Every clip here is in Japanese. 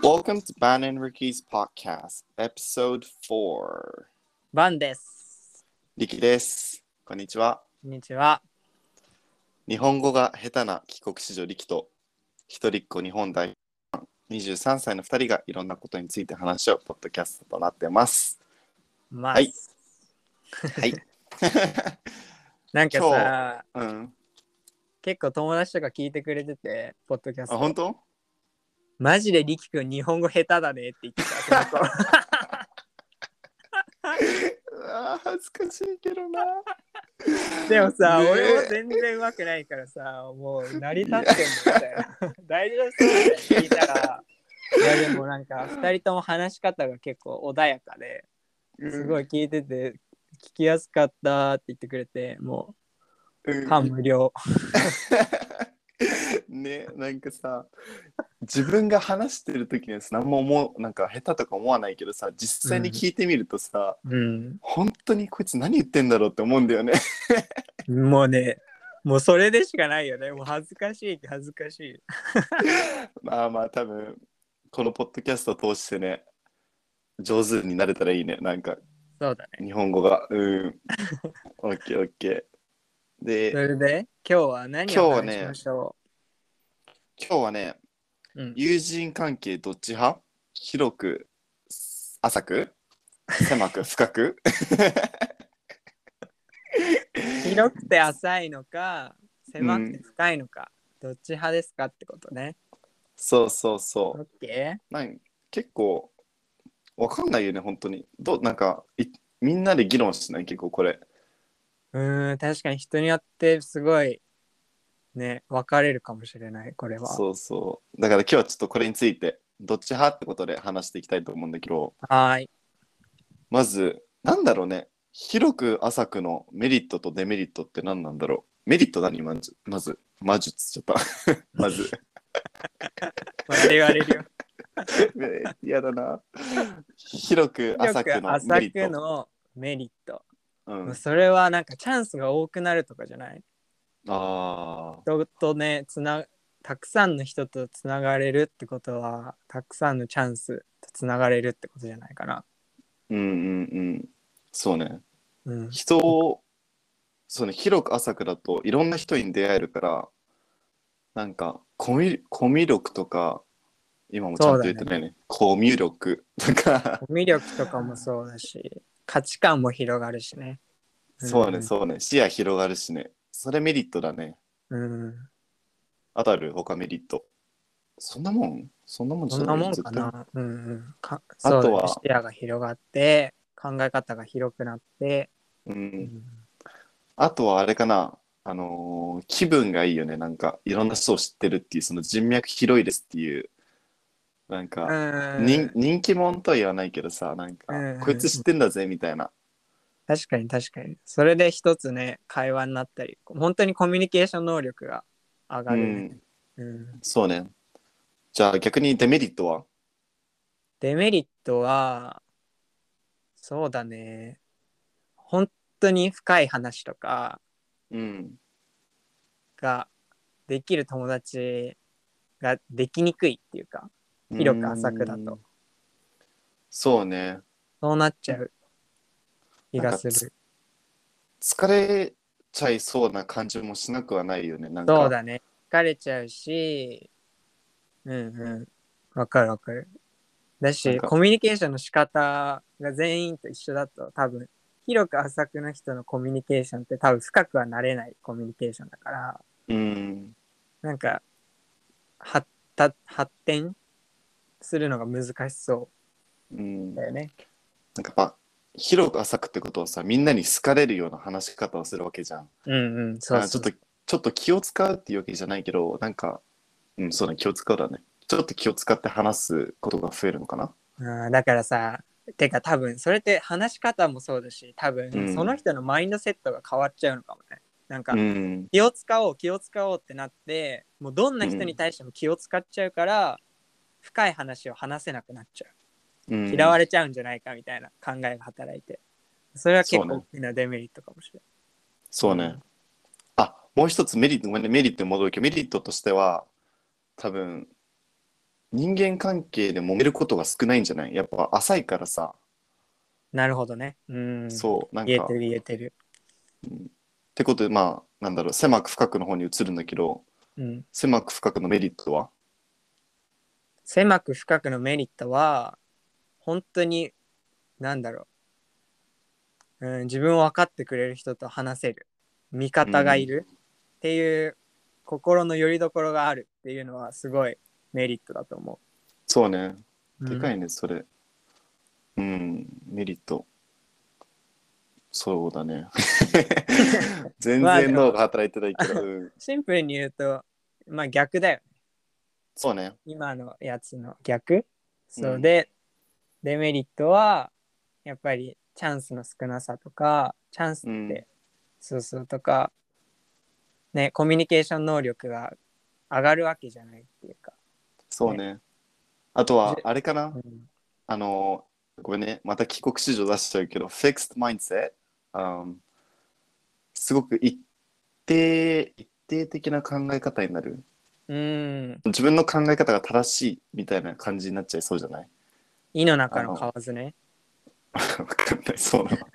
Welcome to Ban and Ricky's podcast, episode 4. バンです。 リキです。こんにちは。 こんにちは。 日本語が下手な帰国子女リキと一人っ子日本代表23歳の2人がいろんなことについて話し合うポッドキャストとなってます。はい。はい。 なんかさ、結構友達とか聞いてくれてて、ポッドキャスト。 あ、本当？ マジでリキ君日本語下手だねって言ってた。その子恥ずかしいけどな。 でもさ、俺も全然上手くないからさ、もう成り立ってんのみたいな。大丈夫そうだよ聞いたら。いやでもなんか2人とも話し方が結構穏やかで、すごい聞いてて聞きやすかったって言ってくれて、もう感無量。 ね、なんかさ、自分が話してる時には何もなんか下手とか思わないけどさ、実際に聞いてみるとさ、本当にこいつ何言ってんだろうって思うんだよね。 もうね、もうそれでしかないよね。もう恥ずかしい。 まあ多分このポッドキャストを通してね、上手になれたらいいね。なんかそうだね。 日本語がオッケーオッケー。で、 それで今日は何を話しましょう。今日はね、友人関係どっち派？広く浅く狭く深く広くて浅いのか狭くて深いのか、どっち派ですかってことね。 そう。 オッケー。結構わかんないよね、本当に。なんかみんなで議論しない？結構これ。 確かに人によってすごいね、分かれるかもしれない、これは。 そう。だから今日はちょっとこれについてどっち派ってことで話していきたいと思うんだけど。 はい。 まず、なんだろうね。広く浅くのメリットとデメリットって何なんだろう。メリット何？まず魔術ちょっとまずまた言われるよ。 嫌だな。広く浅くのメリット。それはなんかチャンスが多くなるとかじゃない？人とね、たくさんの人とつながれるってことは、たくさんのチャンスとつながれるってことじゃないかな。 そうね。そうね、広く浅くだといろんな人に出会えるから、なんかコミュ力とか、今もちゃんと言ってないね。コミュ力とかコミュ力とかもそうだし、価値観も広がるしね。 そうね。視野広がるしね。それメリットだね。あとある？他メリット。そんなもんじゃない？ そんなもんかな。 あとは、 視野が広がって、考え方が広くなって、 あとはあれかな。気分がいいよね。なんかいろんな人を知ってるっていう、その人脈広いですっていう、なんか人気者とは言わないけどさ、なんかこいつ知ってんだぜみたいな。 確かに。それで一つね、会話になったり、本当にコミュニケーション能力が上がるね。 そうね。じゃあ逆にデメリットは？ デメリットは、そうだね。本当に深い話とかができる友達ができにくいっていうか、広く浅くだと。 そうね。 そうなっちゃう気がする。 疲れちゃいそうな感じもしなくはないよね。なんかそうだね。疲れちゃうし、わかる。だし、コミュニケーションの仕方が全員と一緒だと多分、広く浅くの人のコミュニケーションって多分深くはなれないコミュニケーションだから、なんか発展するのが難しそうだよね。 なんかやっぱ広く浅くってことはさ、みんなに好かれるような話し方をするわけじゃん。そう。ちょっと気を使うっていうわけじゃないけど、なんか、そうね、気を使うだね。ちょっと気を使って話すことが増えるのかな。 だからさ、てか多分それって話し方もそうだし、多分その人のマインドセットが変わっちゃうのかもね。なんか、気を使おうってなって、もうどんな人に対しても気を使っちゃうから、深い話を話せなくなっちゃう。嫌われちゃうんじゃないかみたいな考えが働いて。それは結構大きなデメリットかもしれない。 そうね。もう一つメリットに戻るけど、メリットとしては、多分、 人間関係で揉めることが少ないんじゃない？やっぱ浅いからさ。 なるほどね。 そう、なんか、 言えてる言えてる。 ってことで、まあ、なんだろう、狭く深くの方に移るんだけど、 うん。 狭く深くのメリットは？ 狭く深くのメリットは、本当に、なんだろ自分を分かってくれる人と話せる。味方がいるっていう心の拠り所があるっていうのはすごいメリットだと思そうね。 う。 でかいね、それ。メリット。そうだね。全然脳が働いてないけど、 シンプルに言うと、まあ逆だよね。 そうね。 今のやつの逆。そううん。 で、デメリットは、やっぱりチャンスの少なさとか、チャンスうん。 って、そうそうとか、ね、コミュニケーション能力が上がるわけじゃないっていうか、ね。 そうね。あとは、 じゅあれかな。 うん、 あの、ごめんね。また帰国子女出しちゃうけど、fixed mindset、すごく一定的な考え方になる。 うん、 自分の考え方が正しいみたいな感じになっちゃいそうじゃない？ 胃の中のあの、 蛙ね。 わかんない。そうなの。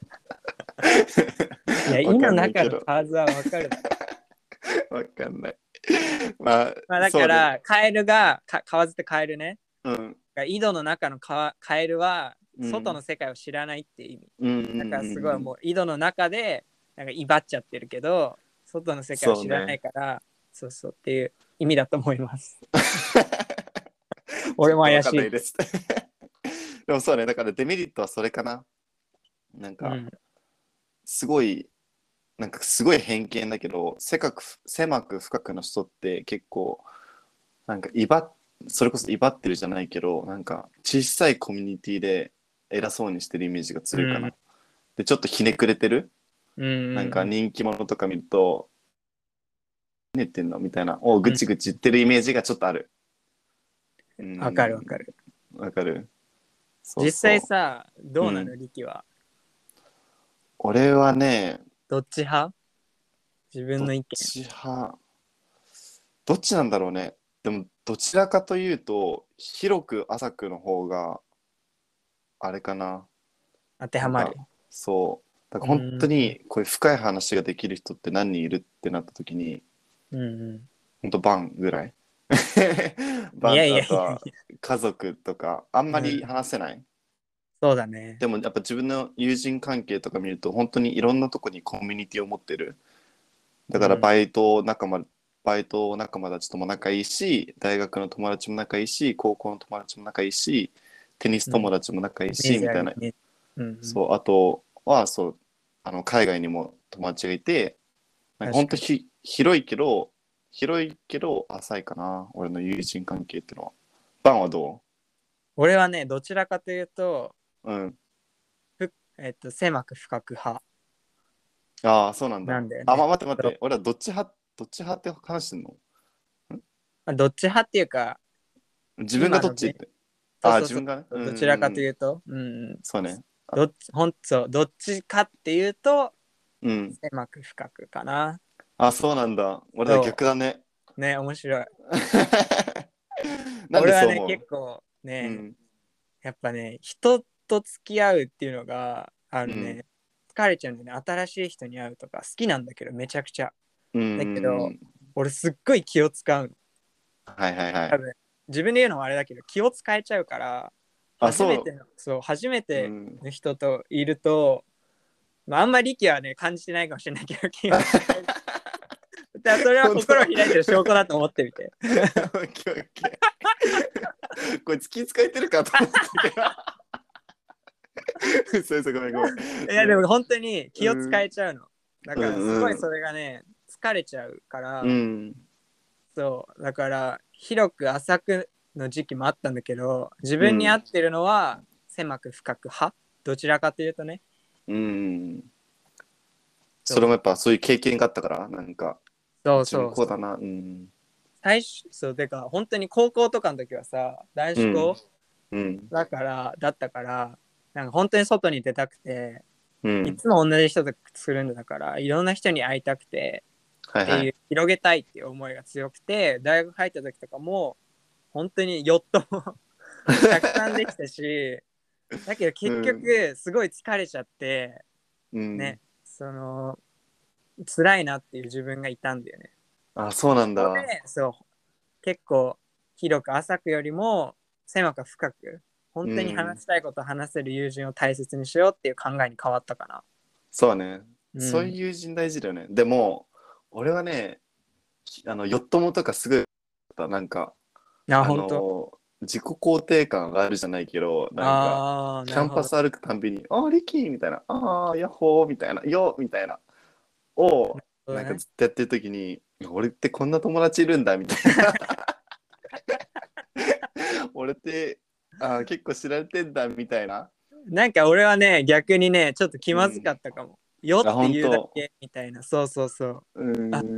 いや、 わか胃の中のんないけど。 蛙はわかるだろ。 わかんない。ままああ、そうね。 だから、カエルが、蛙ってカエルね。 うん。 井戸の中のカエルは、 うん。 外の世界を知らないっていう意味。 うんうんだからすごいもうん。 う井戸の中で、なんか威張っちゃってるけど、外の世界を知らないそうね。 から、そうそうっていう意味だと思います。 ち俺ょっとわかも怪しい。 んないです。でもそうね。だからデメリットはそれかな。なんか、 うん。 すごい、すごい偏見だけど、狭く深くの人って結構、なんかそれこそ威張ってるじゃないけど、なんか小さいコミュニティで偉そうにしてるイメージがうん。 強いかな。で、ちょっとひねくれてる、 うん。 人気者とか見ると、何言ってんのみたいな、おぐうん。 ちぐち言ってるイメージがちょっとある。うーわかるん、 わかる。 わかる。そう実際そさ、 う。 どうなの、リキは。 俺はね、 どっち派？自分どっの意見。 ち派、どっちなんだろうね。でも、どちらかというと、広く浅くの方が、あれかな。 当てはまる。 なんか、そう。だから本うん。 当に、こういう深い話ができる人って何人いるってなった時に、 うん。 本当バンぐらい。バンと、 いやいやいあとはやいや。 家族とか、あんまりうん。 話せない。 そうだね。 でもやっぱ自分の友人関係とか見ると、本当にいろんなとこにコミュニティを持ってる。だからうん。 バイト仲間たちとも仲いいし、大学の友達も仲いいし、高校の友達も仲いいし、テニスうん。イ友達も仲いいし、 メージみたいな。 あるね。うん。うん。 そう、あとは、そう、海外にも友達がいて、なんか本当確かに。 広いけど浅いかな、俺の友人関係っていうのは。バンはど俺はね、どちらかというと、 う？うん。 狭く深く派ああ、そうなんだ。あ、まなんだよね。 あ、待って待そうって。俺はどっち派って話してんの？ まあどっち派っていうか、 自分が今のね、 どっちって。ああ、 そうそうそ自分がね。 う、 うんどちらかとうんうん。 いうと、うん、 そうね。あ、 どっちかっていうと、 うん。 狭く深くかな。 あ、そうなんだ。俺はそ逆だね。 う、ね、面白い。 なんで俺はね、 そう思結構ね、 う？うん。 やっぱね、人と付き合うっていうのが、 うん。 疲れちゃうんでね、新しい人に会うとか好きなんだけど、めちゃくちゃ。 うんうだけど、 んうん。 俺すっごい気を使うの。 はいはいはい。 多分、自分で言うのもあれだけど、気を使えちゃうから、 あ、そ初めう。うてん。 の人といると、まあ、あんまり力はね、感じてないかもしれないけど、気を使える。だからそれは本当？ 心を開いてる証拠だと思ってみて。 オッケーオッケー。こいつ気使えてるかと思ったけど。そうそう、ごめんごめん。 いや、でも本当に気を使うん。 えちゃうの。だうからすごいんうん。 それがね、疲れちゃうかうら、 ん。 そう、だから広く浅くの時期もあったんだけど、自分に合うん。 ってるのは狭く深く派。どちらかというとね。 うん。それもそうやっぱそういう経験があったから、 そう自分そうそう。 こうだな。うん。 そう、てか本当に高校とかの時はさ、男うん。 子校うん。 だったから、なんか本当に外に出たくて、 うん。 いつも同じ人とつるんでたから、いろんな人に会いたくて、っていう、 はいはい。 広げたいっていう思いが強くて、大学入った時とかも、 本当にヨットもたくさんできたし、だけど結局すごい疲れちゃって、ね、その辛いなっていう自分がいたんだよね。 あ、そうなんだ。 そう結構広く浅くよりも狭く深く本当に話したいことを話せる友人を大切にしようっていう考えに変わったかな。 そうね。そういう友人大事だよね。でも、俺はね、ヨットモとかすごい、なんか、 本当自己肯定感があるじゃないけど、なんか、キャンパス歩くたんびに、ああ、リキーみたいな、ああ、ヤッホーみたいな、よみたいな、を、なんかずっとやってる時に、俺ってこんな友達いるんだみたいな。俺って結構知られてんだみたいな。 なんか俺はね逆にねちょっと気まずかったかも、よって言うだけみたいな。そうそうそう。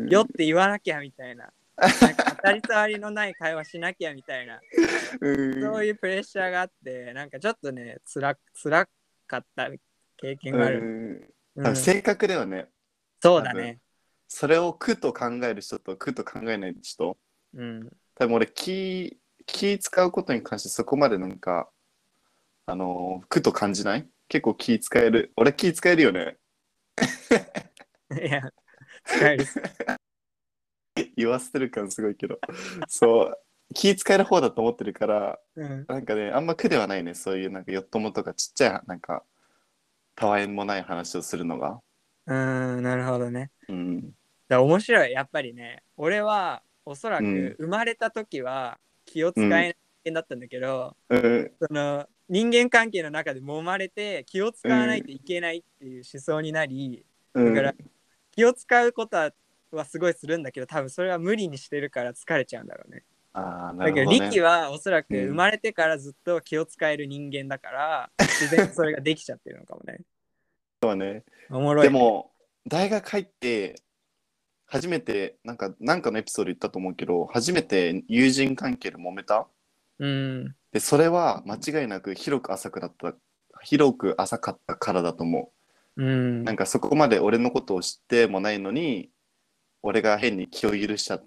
よって言わなきゃみたいな。なんか当たり障りのない会話しなきゃみたいな。そういうプレッシャーがあって、なんかちょっとねつらかった経験がある。 性格ではね。 そうだね。 それを苦と考える人と苦と考えない人。多分俺気使うことに関してそこまでなんか苦と感じない。結構気使える。俺気使えるよね。 いや使える。 言わせてる感すごいけど、そう気使える方だと思ってるから、なんかねあんま苦ではないね。そういうなんかよっともとかちっちゃいなんかたわいもない話をするのが。 なるほどね。だ面白い。やっぱりね、俺はおそらく生まれた時は気を使えない人間だったんだけど、その人間関係の中で揉まれて気を使わないといけないっていう思想になり、だから気を使うことはすごいするんだけど、多分それは無理にしてるから疲れちゃうんだろうね。だけどリキはおそらく生まれてからずっと気を使える人間だから、自然とそれができちゃってるのかもね。 そうね。 おもろいね。 でも大学入って初めてなんかのエピソード言ったと思うけど、初めて友人関係で揉めた。でそれは間違いなく広く浅かったからだと思う。なんかそこまで俺のことを知ってもないのに、俺が変に気を許しちゃって、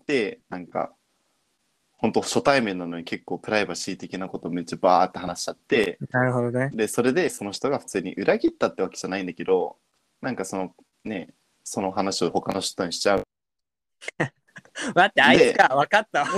なんか本当初対面なのに結構プライバシー的なことめっちゃバーって話しちゃって、 なるほどね。 でそれでその人が普通に裏切ったってわけじゃないんだけど、なんかその話を他の人にしちゃう。 待って、あいつか、分かったわ。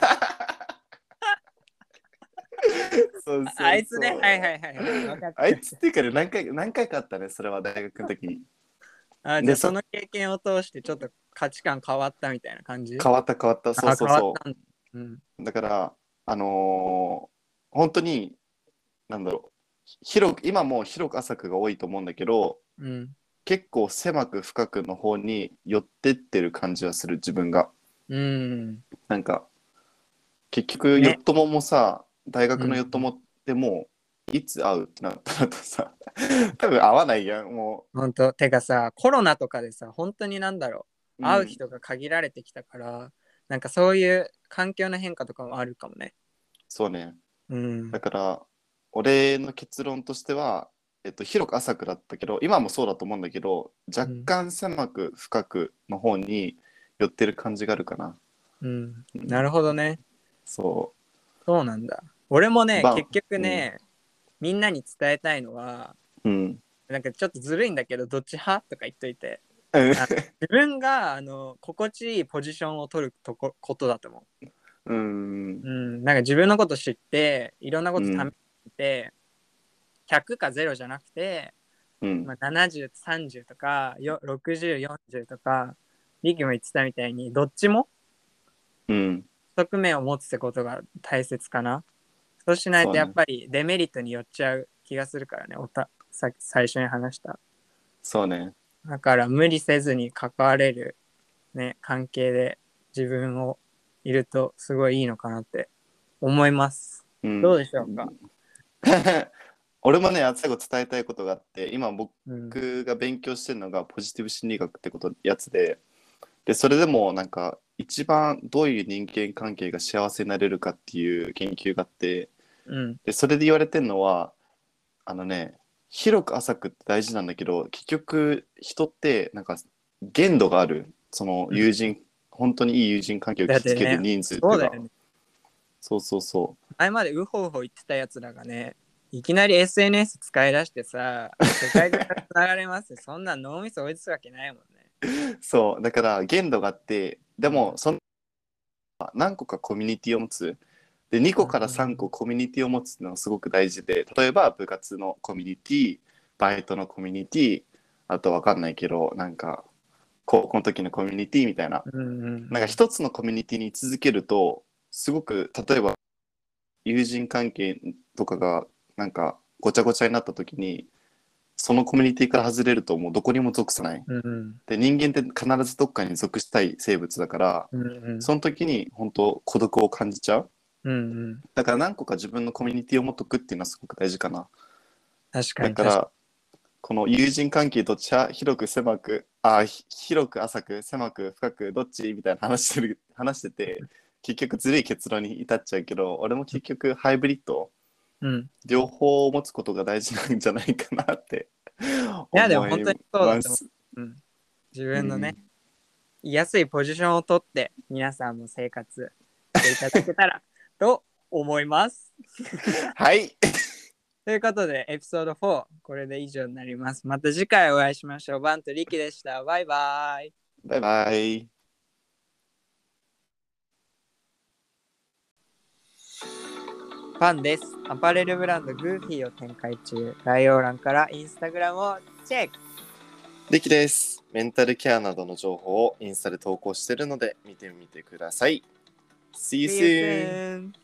そうあいつね、はいはいはい。分かった。 あいつっていうかね、何回かあったね、それは大学の時に。 じゃあその経験を通してちょっと価値観変わったみたいな感じ？ 変わった、そうそうそう。だから、本当に、なんだろう、今も広く浅くが多いと思うんだけど、結構狭く深くの方に寄ってってる感じはする、自分が。なんか、結局、よっとももさ、大学のよっともってもう、いつ会うってなったらとさ、多分会わないやん、もう。本当、てかさ、コロナとかでさ、本当になんだろう、会う人が限られてきたから、なんかそういう環境の変化とかもあるかもね。 そうね。だから、俺の結論としては、広く浅くだったけど、今もそうだと思うんだけど、若干狭く深くの方に寄ってる感じがあるかな。 なるほどね。 そうなんだ。俺もね、結局ね、みんなに伝えたいのは、なんかちょっとずるいんだけど、どっち派とか言っといて。自分が心地いいポジションを取ることだと思う。なんか自分のこと知っていろんなこと試して、100か0じゃなくて、70、30とか60、40とか、リキも言ってたみたいにどっちも側面を持つってことが大切かな。そうしないとやっぱりデメリットに寄っちゃう気がするからね。さっき最初に話した。 そうね。 だから無理せずに関われる、ね、関係で自分をいるとすごいいいのかなって思います。どうでしょうか？ 俺もね、最後伝えたいことがあって、今僕が勉強してるのがポジティブ心理学ってやつで、それでもなんか一番どういう人間関係が幸せになれるかっていう研究があって、でそれで言われてるのは、広く浅くって大事なんだけど、結局人ってなんか限度がある。その友人、本当にいい友人関係を築ける人数っていうか、 そうそうそ前までウホウホ言ってたやつらがね、いきなり SNS 使い出してさ、世界中からつながれます。そんな脳みそ追いつくわけないもんね。 う。そう。だから限度があって、でも、何個かコミュニティを持つ。で、2個から3個コミュニティを持つのはすごく大事で、例えば部活のコミュニティ、バイトのコミュニティ、あとわかんないけど、なんか、高校の時のコミュニティみたいな。なんか一つのコミュニティに続けると、すごく、例えば友人関係とかがなんかごちゃごちゃになった時に、そのコミュニティから外れるともうどこにも属さない。で、人間って必ずどっかに属したい生物だから、その時に本当孤独を感じちゃう。だから何個か自分のコミュニティを持っとくっていうのはすごく大事かな。 確かに。 だからこの友人関係どっちは広く狭く、広く浅く狭く深くどっちみたいな話してて、結局ずるい結論に至っちゃうけど、俺も結局ハイブリッド、両方を持つことが大事なんじゃないかなっていやでも本当にそうだと思思います。 う。自分のね、安いポジションを取って皆さんも生活していただけたらと思います。 はい。 ということでエピソード4これで以上になります。また次回お会いしましょう。バンとリキでした。バイバイ。 バイバイ。 ファンです。アパレルブランドグーフィーを展開中。概要欄からインスタグラムをチェック。 リキです。メンタルケアなどの情報をインスタで投稿しているので見てみてください。See you soon!